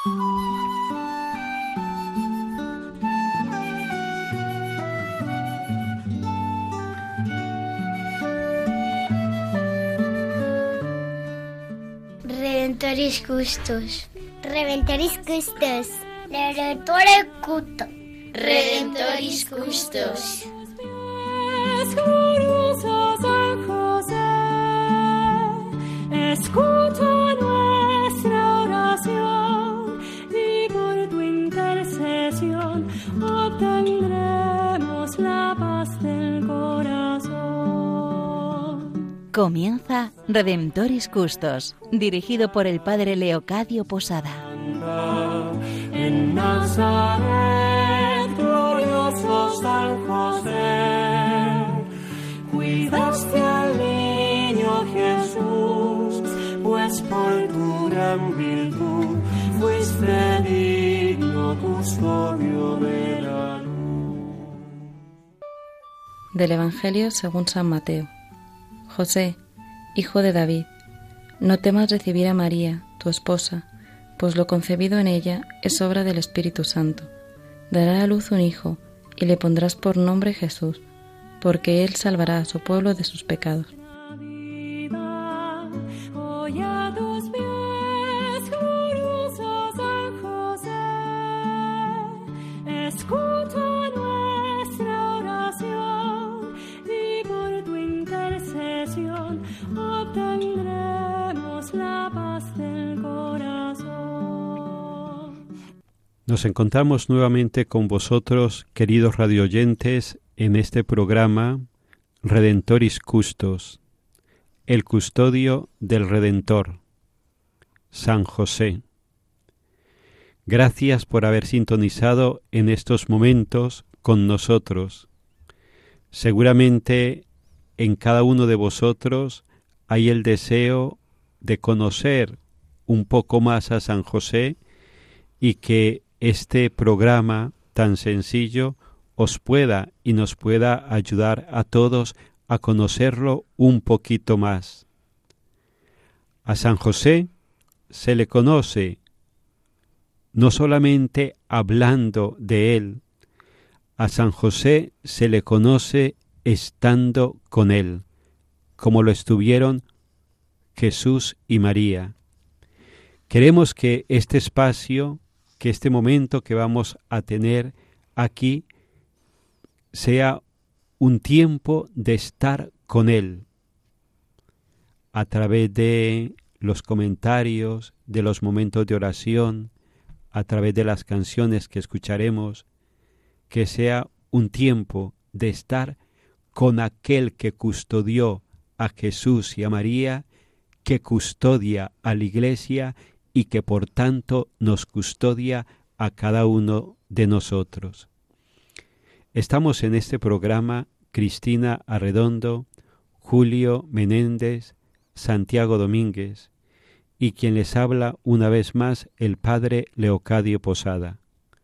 Redentoris custos. Redentoris custos. Redentore culto. Redentoris custos. Glorioso San José, escucha nuestra oración y por tu intercesión obtendremos la paz del corazón. Comienza Redentoris Custos, dirigido por el Padre Leocadio Posada. En Nazaret, glorioso San José, cuidaste al niño Jesús, pues por tu gran virtud fuiste digno custodio de la luz. Del Evangelio según San Mateo. José, hijo de David, no temas recibir a María, tu esposa, pues lo concebido en ella es obra del Espíritu Santo. Dará a luz un hijo, y le pondrás por nombre Jesús, porque él salvará a su pueblo de sus pecados. Escucha nuestra oración y por tu intercesión obtendremos la paz del corazón. Nos encontramos nuevamente con vosotros, queridos radioyentes, en este programa Redentoris Custos, el custodio del Redentor, San José. Gracias por haber sintonizado en estos momentos con nosotros. Seguramente en cada uno de vosotros hay el deseo de conocer un poco más a San José y que este programa tan sencillo os pueda y nos pueda ayudar a todos a conocerlo un poquito más. A San José se le conoce no solamente hablando de él, a San José se le conoce estando con él, como lo estuvieron Jesús y María. Queremos que este espacio, que este momento que vamos a tener aquí, sea un tiempo de estar con él, a través de los comentarios, de los momentos de oración, a través de las canciones que escucharemos, que sea un tiempo de estar con aquel que custodió a Jesús y a María, que custodia a la Iglesia y que por tanto nos custodia a cada uno de nosotros. Estamos en este programa Cristina Arredondo, Julio Menéndez, Santiago Domínguez, y quien les habla una vez más el Padre Leocadio Posada.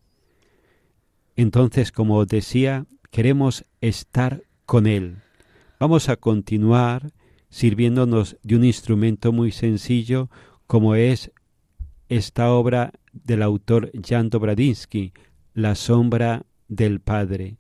Entonces, como os decía, queremos estar con Él. Vamos a continuar sirviéndonos de un instrumento muy sencillo como es esta obra del autor Jan Dobradinsky, La sombra del Padre.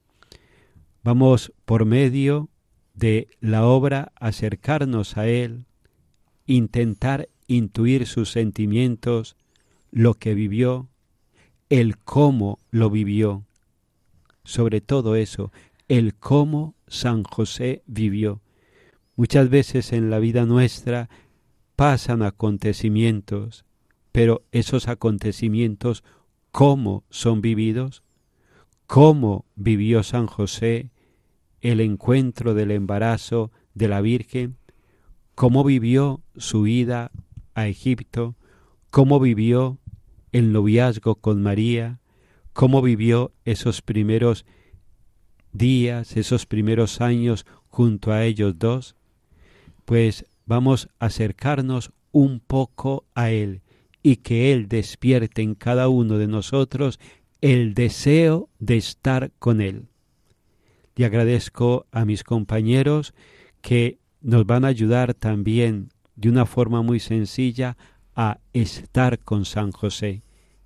Vamos por medio de la obra acercarnos a Él, intentar intuir sus sentimientos, lo que vivió, el cómo lo vivió. Sobre todo eso, el cómo San José vivió. Muchas veces en la vida nuestra pasan acontecimientos, pero esos acontecimientos, ¿cómo son vividos? ¿Cómo vivió San José el encuentro del embarazo de la Virgen? ¿Cómo vivió su ida a Egipto? ¿Cómo vivió el noviazgo con María? ¿Cómo vivió esos primeros días, esos primeros años junto a ellos dos? Pues vamos a acercarnos un poco a Él y que Él despierte en cada uno de nosotros el deseo de estar con Él. Y agradezco a mis compañeros que nos van a ayudar también de una forma muy sencilla a estar con San José.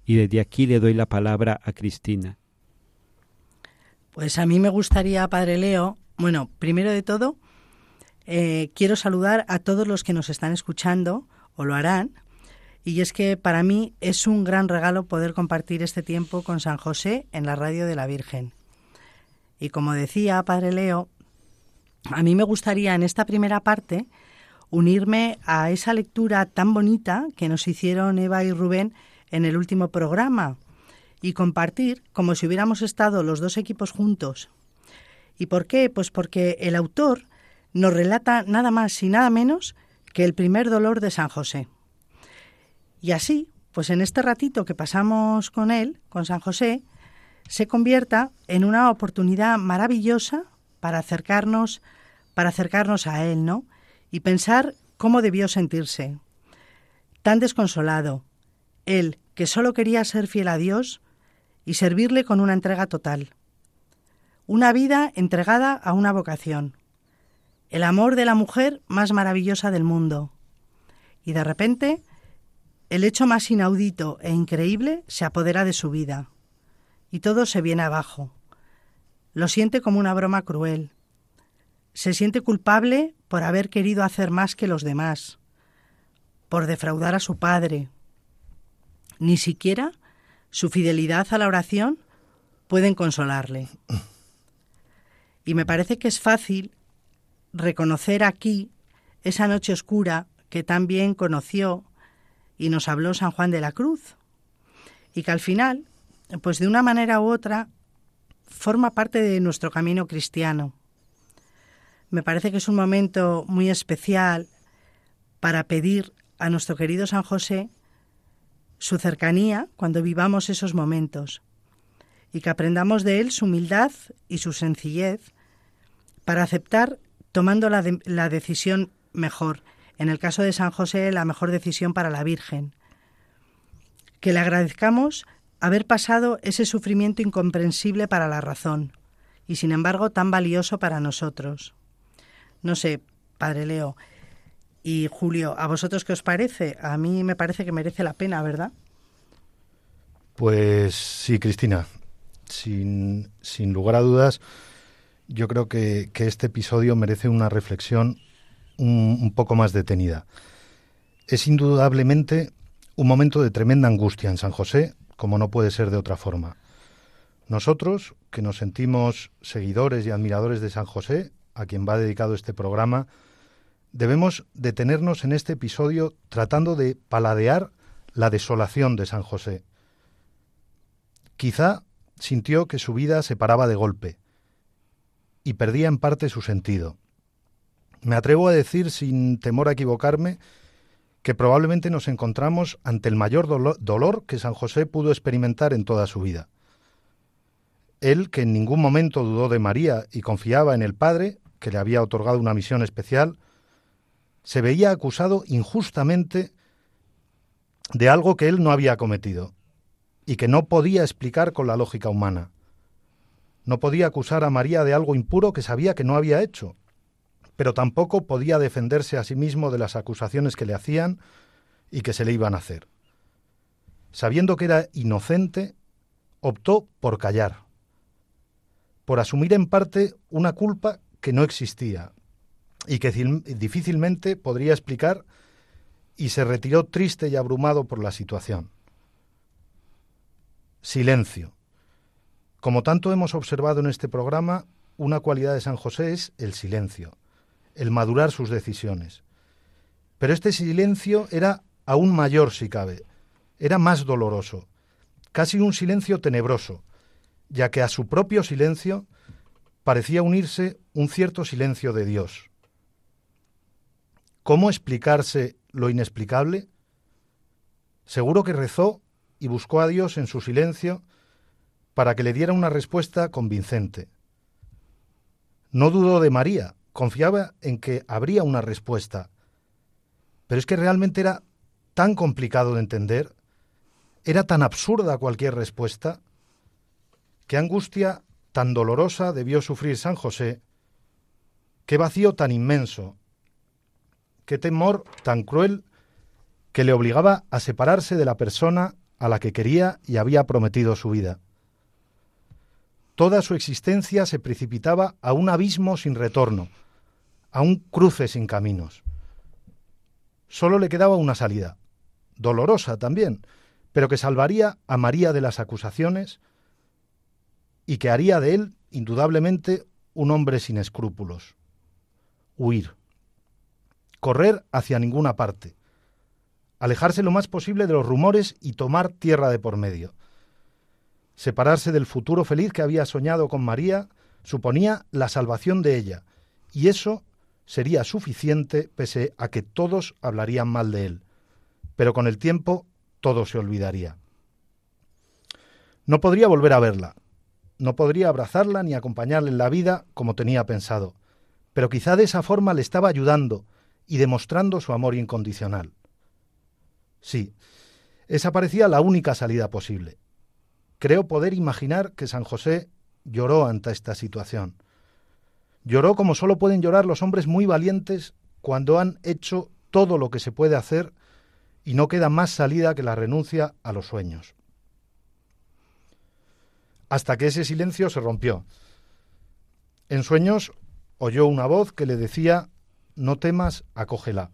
Y desde aquí le doy la palabra a Cristina. Pues a mí me gustaría, Padre Leo, bueno, primero de todo, quiero saludar a todos los que nos están escuchando, o lo harán, y es que para mí es un gran regalo poder compartir este tiempo con San José en la Radio de la Virgen. Y como decía Padre Leo, a mí me gustaría en esta primera parte unirme a esa lectura tan bonita que nos hicieron Eva y Rubén en el último programa y compartir como si hubiéramos estado los dos equipos juntos. ¿Y por qué? Pues porque el autor nos relata nada más y nada menos que el primer dolor de San José. Y así, pues en este ratito que pasamos con él, con San José, se convierta en una oportunidad maravillosa para acercarnos a él, ¿no? Y pensar cómo debió sentirse. Tan desconsolado, él que solo quería ser fiel a Dios y servirle con una entrega total. Una vida entregada a una vocación. El amor de la mujer más maravillosa del mundo. Y de repente, el hecho más inaudito e increíble se apodera de su vida. Y todo se viene abajo. Lo siente como una broma cruel. Se siente culpable por haber querido hacer más que los demás, por defraudar a su padre. Ni siquiera su fidelidad a la oración pueden consolarle. Y me parece que es fácil reconocer aquí esa noche oscura que tan bien conoció y nos habló San Juan de la Cruz, y que al final, pues de una manera u otra, forma parte de nuestro camino cristiano. Me parece que es un momento muy especial para pedir a nuestro querido San José su cercanía cuando vivamos esos momentos y que aprendamos de él su humildad y su sencillez para aceptar tomando la decisión mejor. En el caso de San José, la mejor decisión para la Virgen. Que le agradezcamos haber pasado ese sufrimiento incomprensible para la razón y sin embargo tan valioso para nosotros. No sé, Padre Leo y Julio, ¿a vosotros qué os parece? A mí me parece que merece la pena, ¿verdad? Pues sí, Cristina. Sin lugar a dudas, yo creo que este episodio merece una reflexión un poco más detenida. Es indudablemente un momento de tremenda angustia en San José, como no puede ser de otra forma. Nosotros, que nos sentimos seguidores y admiradores de San José, a quien va dedicado este programa, debemos detenernos en este episodio tratando de paladear la desolación de San José. Quizá sintió que su vida se paraba de golpe y perdía en parte su sentido. Me atrevo a decir, sin temor a equivocarme, que probablemente nos encontramos ante el mayor dolor que San José pudo experimentar en toda su vida. Él, que en ningún momento dudó de María y confiaba en el Padre, que le había otorgado una misión especial, se veía acusado injustamente de algo que él no había cometido y que no podía explicar con la lógica humana. No podía acusar a María de algo impuro que sabía que no había hecho, pero tampoco podía defenderse a sí mismo de las acusaciones que le hacían y que se le iban a hacer. Sabiendo que era inocente, optó por callar, por asumir en parte una culpa que no existía y que difícilmente podría explicar, y se retiró triste y abrumado por la situación. Silencio. Como tanto hemos observado en este programa, una cualidad de San José es el silencio, el madurar sus decisiones. Pero este silencio era aún mayor, si cabe, era más doloroso, casi un silencio tenebroso, ya que a su propio silencio parecía unirse un cierto silencio de Dios. ¿Cómo explicarse lo inexplicable? Seguro que rezó y buscó a Dios en su silencio para que le diera una respuesta convincente. No dudó de María, confiaba en que habría una respuesta, pero es que realmente era tan complicado de entender, era tan absurda cualquier respuesta. Qué angustia tan dolorosa debió sufrir San José, qué vacío tan inmenso, qué temor tan cruel que le obligaba a separarse de la persona a la que quería y había prometido su vida. Toda su existencia se precipitaba a un abismo sin retorno, a un cruce sin caminos. Solo le quedaba una salida, dolorosa también, pero que salvaría a María de las acusaciones y que haría de él, indudablemente, un hombre sin escrúpulos. Huir. Correr hacia ninguna parte. Alejarse lo más posible de los rumores y tomar tierra de por medio. Separarse del futuro feliz que había soñado con María suponía la salvación de ella, y eso sería suficiente pese a que todos hablarían mal de él. Pero con el tiempo todo se olvidaría. No podría volver a verla, no podría abrazarla ni acompañarla en la vida como tenía pensado, pero quizá de esa forma le estaba ayudando y demostrando su amor incondicional. Sí, esa parecía la única salida posible. Creo poder imaginar que San José lloró ante esta situación. Lloró como solo pueden llorar los hombres muy valientes cuando han hecho todo lo que se puede hacer y no queda más salida que la renuncia a los sueños. Hasta que ese silencio se rompió. En sueños oyó una voz que le decía: «No temas, acógela».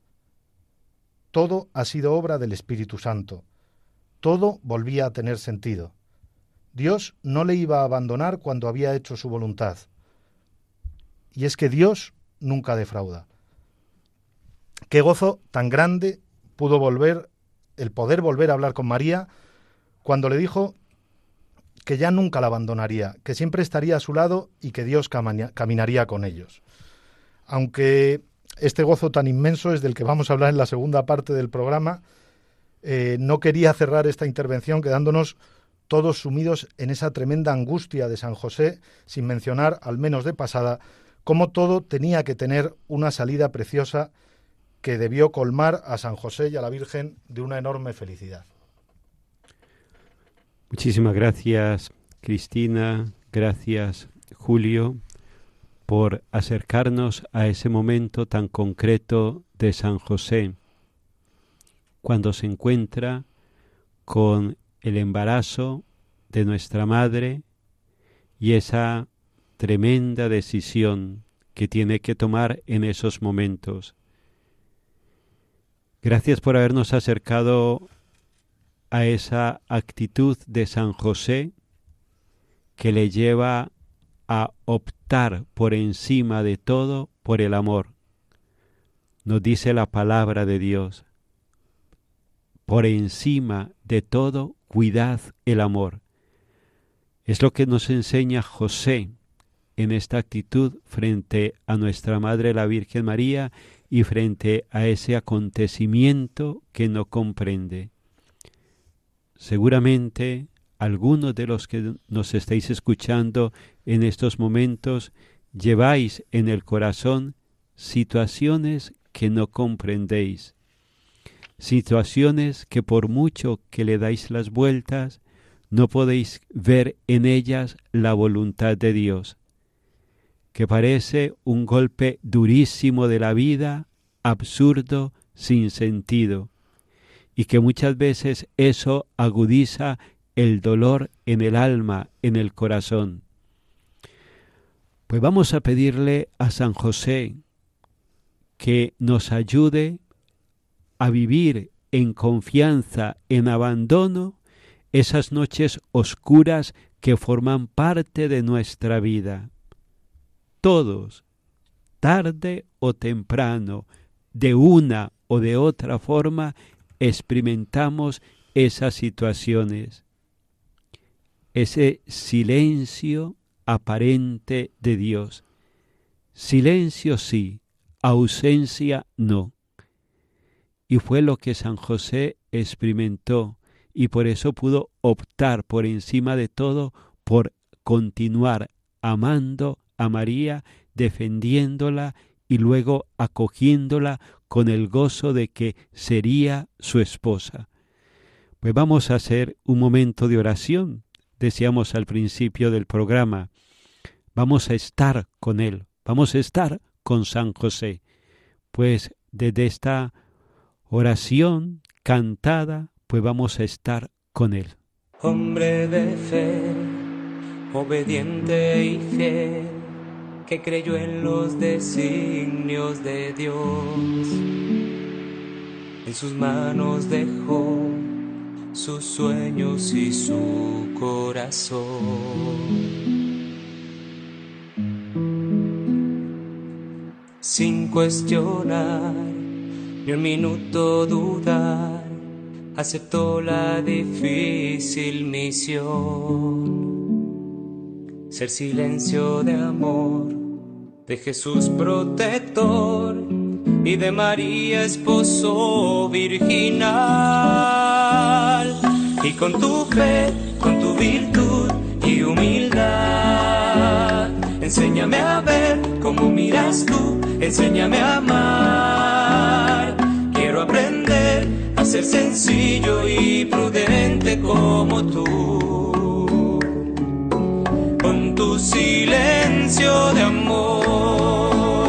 Todo ha sido obra del Espíritu Santo. Todo volvía a tener sentido. Dios no le iba a abandonar cuando había hecho su voluntad. Y es que Dios nunca defrauda. Qué gozo tan grande pudo el poder volver a hablar con María cuando le dijo que ya nunca la abandonaría, que siempre estaría a su lado y que Dios caminaría con ellos. Aunque este gozo tan inmenso es del que vamos a hablar en la segunda parte del programa, no quería cerrar esta intervención quedándonos todos sumidos en esa tremenda angustia de San José, sin mencionar, al menos de pasada, cómo todo tenía que tener una salida preciosa que debió colmar a San José y a la Virgen de una enorme felicidad. Muchísimas gracias, Cristina, gracias, Julio, por acercarnos a ese momento tan concreto de San José, cuando se encuentra con el embarazo de nuestra madre y esa tremenda decisión que tiene que tomar en esos momentos. Gracias por habernos acercado a esa actitud de San José que le lleva a optar por encima de todo por el amor. Nos dice la palabra de Dios: por encima de todo, cuidad el amor. Es lo que nos enseña José en esta actitud frente a nuestra Madre la Virgen María y frente a ese acontecimiento que no comprende. Seguramente algunos de los que nos estáis escuchando en estos momentos lleváis en el corazón situaciones que no comprendéis, situaciones que por mucho que le dais las vueltas, no podéis ver en ellas la voluntad de Dios, que parece un golpe durísimo de la vida, absurdo, sin sentido, y que muchas veces eso agudiza el dolor en el alma, en el corazón. Pues vamos a pedirle a San José que nos ayude a vivir en confianza, en abandono, esas noches oscuras que forman parte de nuestra vida. Todos, tarde o temprano, de una o de otra forma, experimentamos esas situaciones. Ese silencio aparente de Dios. Silencio sí, ausencia no. Y fue lo que San José experimentó, y por eso pudo optar por encima de todo por continuar amando a María, defendiéndola y luego acogiéndola con el gozo de que sería su esposa. Pues vamos a hacer un momento de oración. Decíamos al principio del programa, vamos a estar con él, vamos a estar con San José. Pues desde esta oración cantada pues vamos a estar con Él. Hombre de fe, obediente y fiel, que creyó en los designios de Dios. En sus manos dejó sus sueños y su corazón. Sin cuestionar ni un minuto dudar, aceptó la difícil misión. Ser silencio de amor de Jesús protector y de María esposo virginal. Y con tu fe, con tu virtud y humildad, enséñame a ver cómo miras tú, enséñame a amar. Quiero aprender a ser sencillo y prudente como tú, con tu silencio de amor.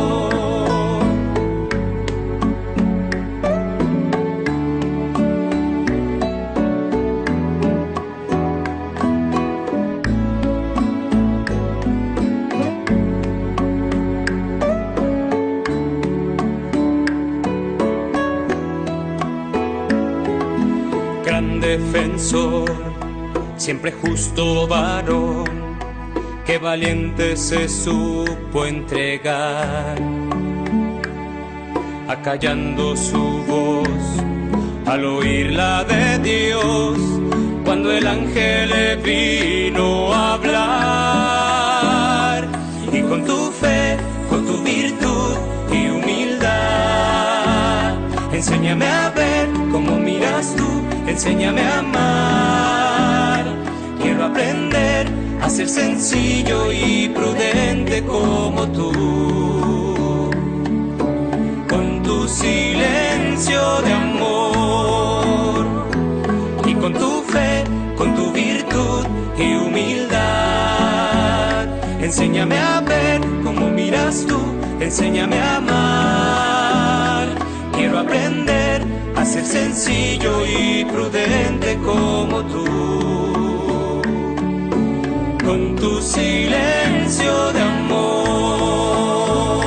Defensor, siempre justo varón, que valiente se supo entregar, acallando su voz al oír la de Dios, cuando el ángel le vino a hablar. Y con tu fe, con tu virtud y humildad, enséñame a ver cómo miras tú, enséñame a amar. Quiero aprender a ser sencillo y prudente como tú, con tu silencio de amor. Y con tu fe, con tu virtud y humildad, enséñame a ver cómo miras tú, enséñame a amar. Quiero aprender a ser sencillo y prudente como tú, con tu silencio de amor.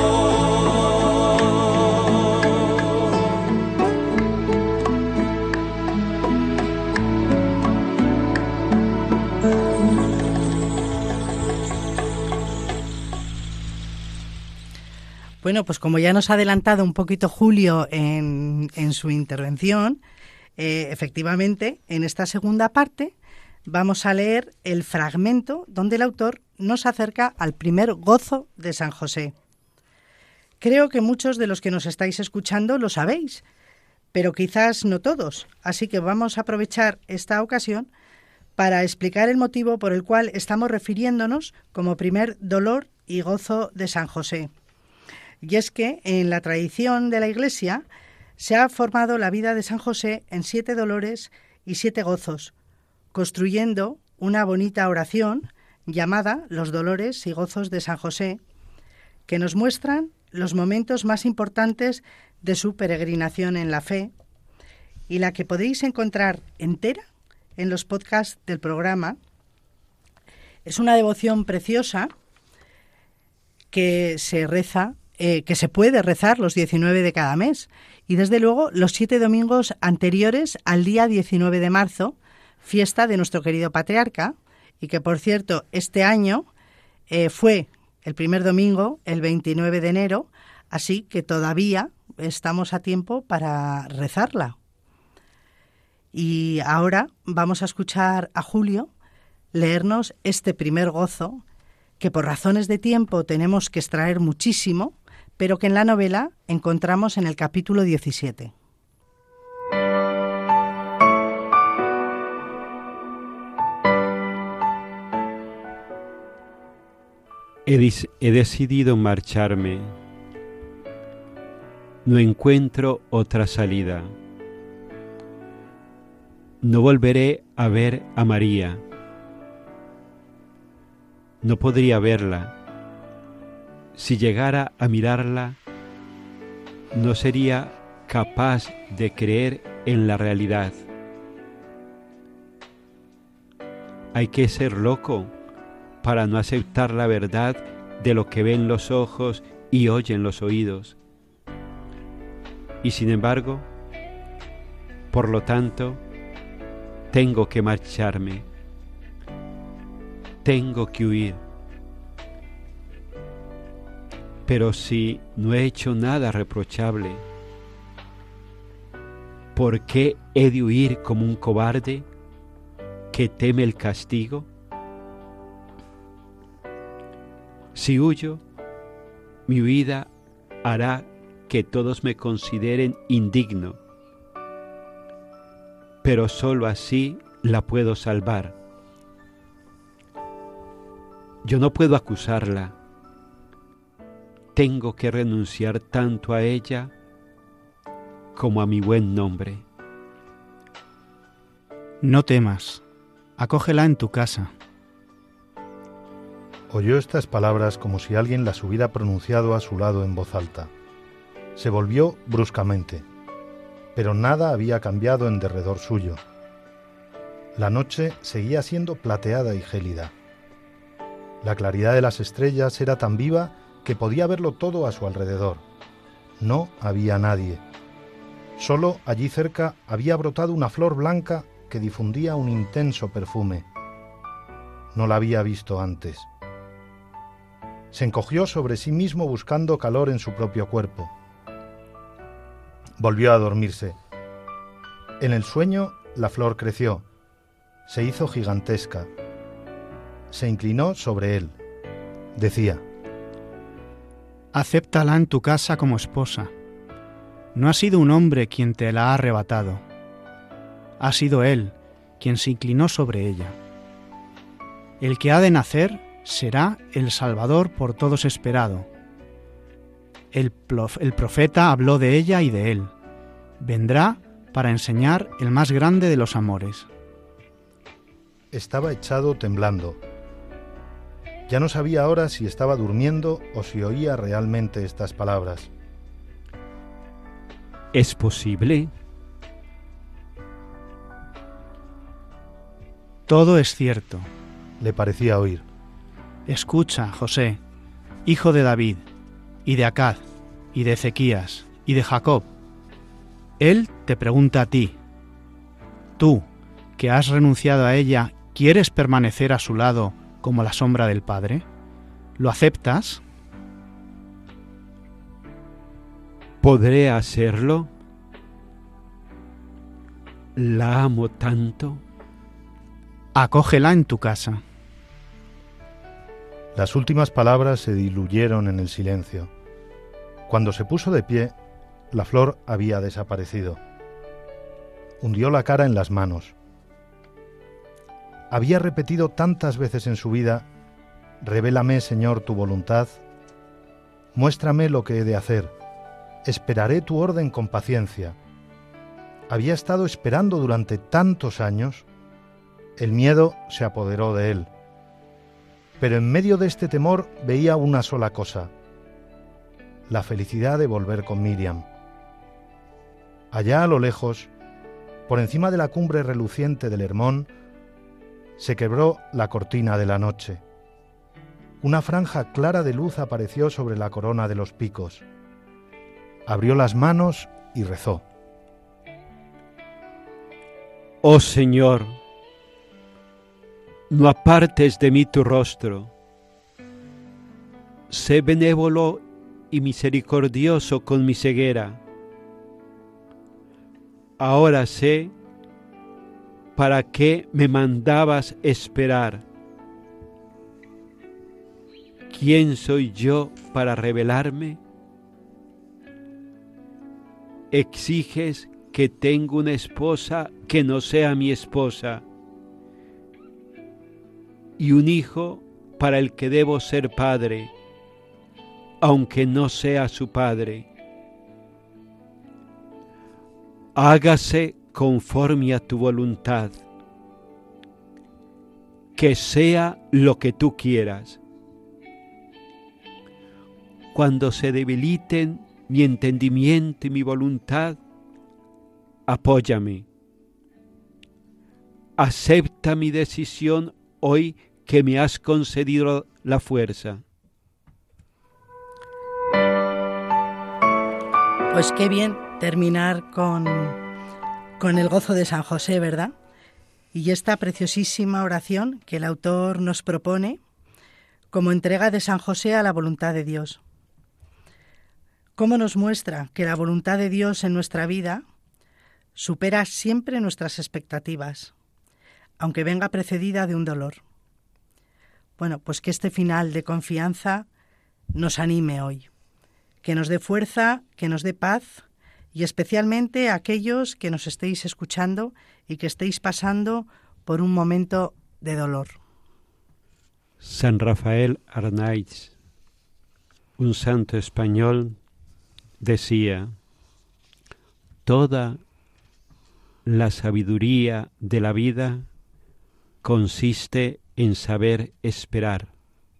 Bueno, pues como ya nos ha adelantado un poquito Julio en su intervención, efectivamente, en esta segunda parte vamos a leer el fragmento donde el autor nos acerca al primer gozo de San José. Creo que muchos de los que nos estáis escuchando lo sabéis, pero quizás no todos, así que vamos a aprovechar esta ocasión para explicar el motivo por el cual estamos refiriéndonos como primer dolor y gozo de San José. Y es que en la tradición de la Iglesia se ha formado la vida de San José en 7 dolores y 7 gozos, construyendo una bonita oración llamada Los dolores y gozos de San José, que nos muestran los momentos más importantes de su peregrinación en la fe, y la que podéis encontrar entera en los podcasts del programa. Es una devoción preciosa que se reza, que se puede rezar los 19 de cada mes, y desde luego los 7 domingos anteriores al día 19 de marzo, fiesta de nuestro querido patriarca, y que por cierto este año fue el primer domingo, el 29 de enero, así que todavía estamos a tiempo para rezarla. Y ahora vamos a escuchar a Julio leernos este primer gozo, que por razones de tiempo tenemos que extraer muchísimo, pero que en la novela encontramos en el capítulo 17. He decidido marcharme. No encuentro otra salida. No volveré a ver a María. No podría verla. Si llegara a mirarla, no sería capaz de creer en la realidad. Hay que ser loco para no aceptar la verdad de lo que ven los ojos y oyen los oídos. Y sin embargo, por lo tanto, tengo que marcharme, tengo que huir. Pero si no he hecho nada reprochable, ¿por qué he de huir como un cobarde que teme el castigo? Si huyo, mi huida hará que todos me consideren indigno, pero sólo así la puedo salvar. Yo no puedo acusarla. Tengo que renunciar tanto a ella como a mi buen nombre. No temas, acógela en tu casa. Oyó estas palabras como si alguien las hubiera pronunciado a su lado en voz alta. Se volvió bruscamente, pero nada había cambiado en derredor suyo. La noche seguía siendo plateada y gélida. La claridad de las estrellas era tan viva que podía verlo todo a su alrededor. No había nadie. Solo allí cerca había brotado una flor blanca que difundía un intenso perfume. No la había visto antes. Se encogió sobre sí mismo buscando calor en su propio cuerpo. Volvió a dormirse. En el sueño la flor creció, se hizo gigantesca. Se inclinó sobre él. Decía: acéptala en tu casa como esposa. No ha sido un hombre quien te la ha arrebatado. Ha sido él quien se inclinó sobre ella. El que ha de nacer será el Salvador por todos esperado. El profeta habló de ella y de él. Vendrá para enseñar el más grande de los amores. Estaba echado temblando. Ya no sabía ahora si estaba durmiendo o si oía realmente estas palabras. ¿Es posible? Todo es cierto, le parecía oír. Escucha, José, hijo de David, y de Acaz, y de Ezequías, y de Jacob. Él te pregunta a ti. Tú, que has renunciado a ella, ¿quieres permanecer a su lado como la sombra del Padre? ¿Lo aceptas? ¿Podré hacerlo? La amo tanto. Acógela en tu casa. Las últimas palabras se diluyeron en el silencio. Cuando se puso de pie, la flor había desaparecido. Hundió la cara en las manos. Había repetido tantas veces en su vida: revélame, Señor, tu voluntad, muéstrame lo que he de hacer, esperaré tu orden con paciencia. Había estado esperando durante tantos años. El miedo se apoderó de él. Pero en medio de este temor veía una sola cosa: la felicidad de volver con Miriam. Allá a lo lejos, por encima de la cumbre reluciente del Hermón, se quebró la cortina de la noche. Una franja clara de luz apareció sobre la corona de los picos. Abrió las manos y rezó: Oh Señor, no apartes de mí tu rostro. Sé benévolo y misericordioso con mi ceguera. Ahora sé para qué me mandabas esperar. ¿Quién soy yo para rebelarme? Exiges que tenga una esposa que no sea mi esposa y un hijo para el que debo ser padre, aunque no sea su padre. Hágase conforme a tu voluntad, que sea lo que tú quieras. Cuando se debiliten mi entendimiento y mi voluntad, apóyame. Acepta mi decisión hoy que me has concedido la fuerza. Pues qué bien terminar con el gozo de San José, ¿verdad? Y esta preciosísima oración que el autor nos propone como entrega de San José a la voluntad de Dios. ¿Cómo nos muestra que la voluntad de Dios en nuestra vida supera siempre nuestras expectativas, aunque venga precedida de un dolor? Bueno, pues que este final de confianza nos anime hoy, que nos dé fuerza, que nos dé paz, y especialmente a aquellos que nos estéis escuchando y que estéis pasando por un momento de dolor. San Rafael Arnaiz, un santo español, decía: toda la sabiduría de la vida consiste en saber esperar.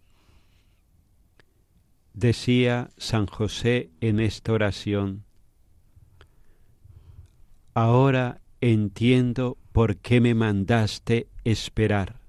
Decía San José en esta oración: ahora entiendo por qué me mandaste esperar.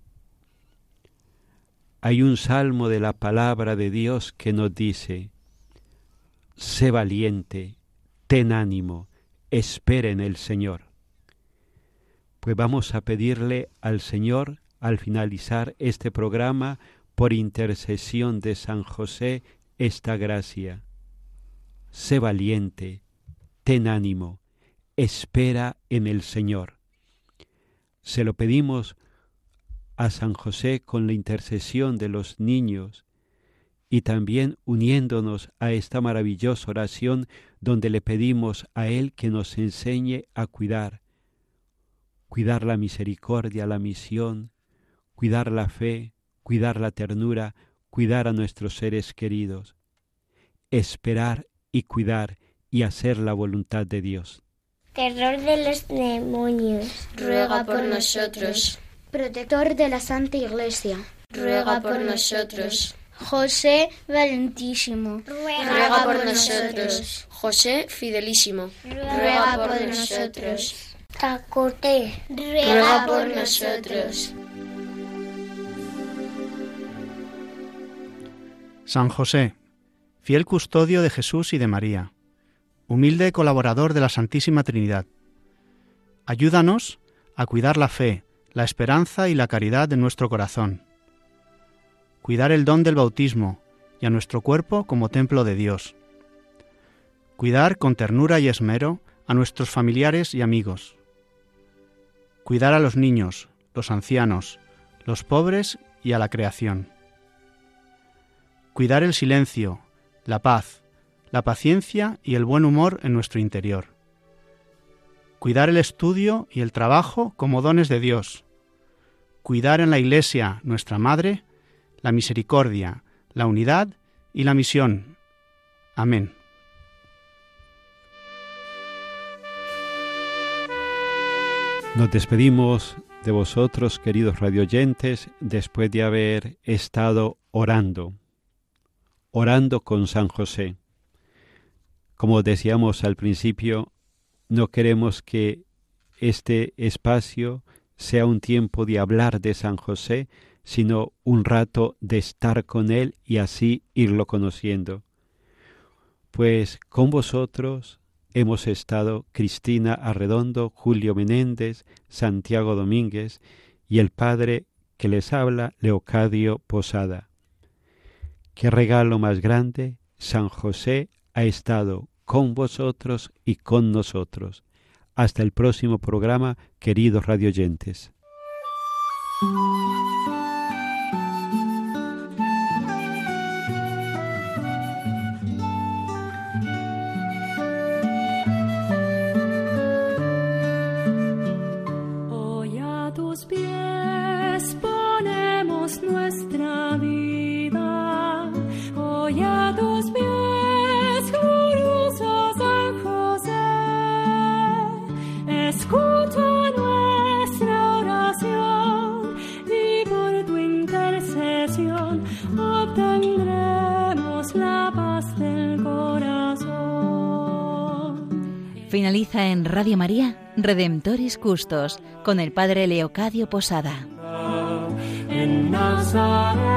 Hay un salmo de la palabra de Dios que nos dice: sé valiente, ten ánimo, espera en el Señor. Pues vamos a pedirle al Señor, al finalizar este programa, por intercesión de San José, esta gracia. Sé valiente, ten ánimo, espera en el Señor. Se lo pedimos a San José con la intercesión de los niños y también uniéndonos a esta maravillosa oración donde le pedimos a Él que nos enseñe a cuidar la misericordia, la misión, cuidar la fe, cuidar la ternura, cuidar a nuestros seres queridos, esperar y cuidar y hacer la voluntad de Dios. Terror de los demonios, ruega por nosotros. Protector de la Santa Iglesia, ruega por nosotros. José valentísimo, ruega por nosotros. José fidelísimo, ruega por nosotros. Tacote, ruega por nosotros. San José, fiel custodio de Jesús y de María, humilde colaborador de la Santísima Trinidad, ayúdanos a cuidar la fe, la esperanza y la caridad de nuestro corazón, cuidar el don del bautismo y a nuestro cuerpo como templo de Dios, cuidar con ternura y esmero a nuestros familiares y amigos, cuidar a los niños, los ancianos, los pobres y a la creación, cuidar el silencio, la paz, la paciencia y el buen humor en nuestro interior, cuidar el estudio y el trabajo como dones de Dios, cuidar en la Iglesia, nuestra Madre, la misericordia, la unidad y la misión. Amén. Nos despedimos de vosotros, queridos radioyentes, después de haber estado orando con San José. Como decíamos al principio, no queremos que este espacio sea un tiempo de hablar de San José, sino un rato de estar con él y así irlo conociendo. Pues con vosotros hemos estado Cristina Arredondo, Julio Menéndez, Santiago Domínguez y el padre que les habla, Leocadio Posada. Qué regalo más grande, San José ha estado con vosotros y con nosotros. Hasta el próximo programa, queridos radioyentes. Hoy a tus pies ponemos nuestra vida. Hoy a tus pies, glorioso San José, escucha nuestra oración y por tu intercesión obtendremos la paz del corazón. Finaliza en Radio María Redemptoris Custos con el padre Leocadio Posada. en Nazaret.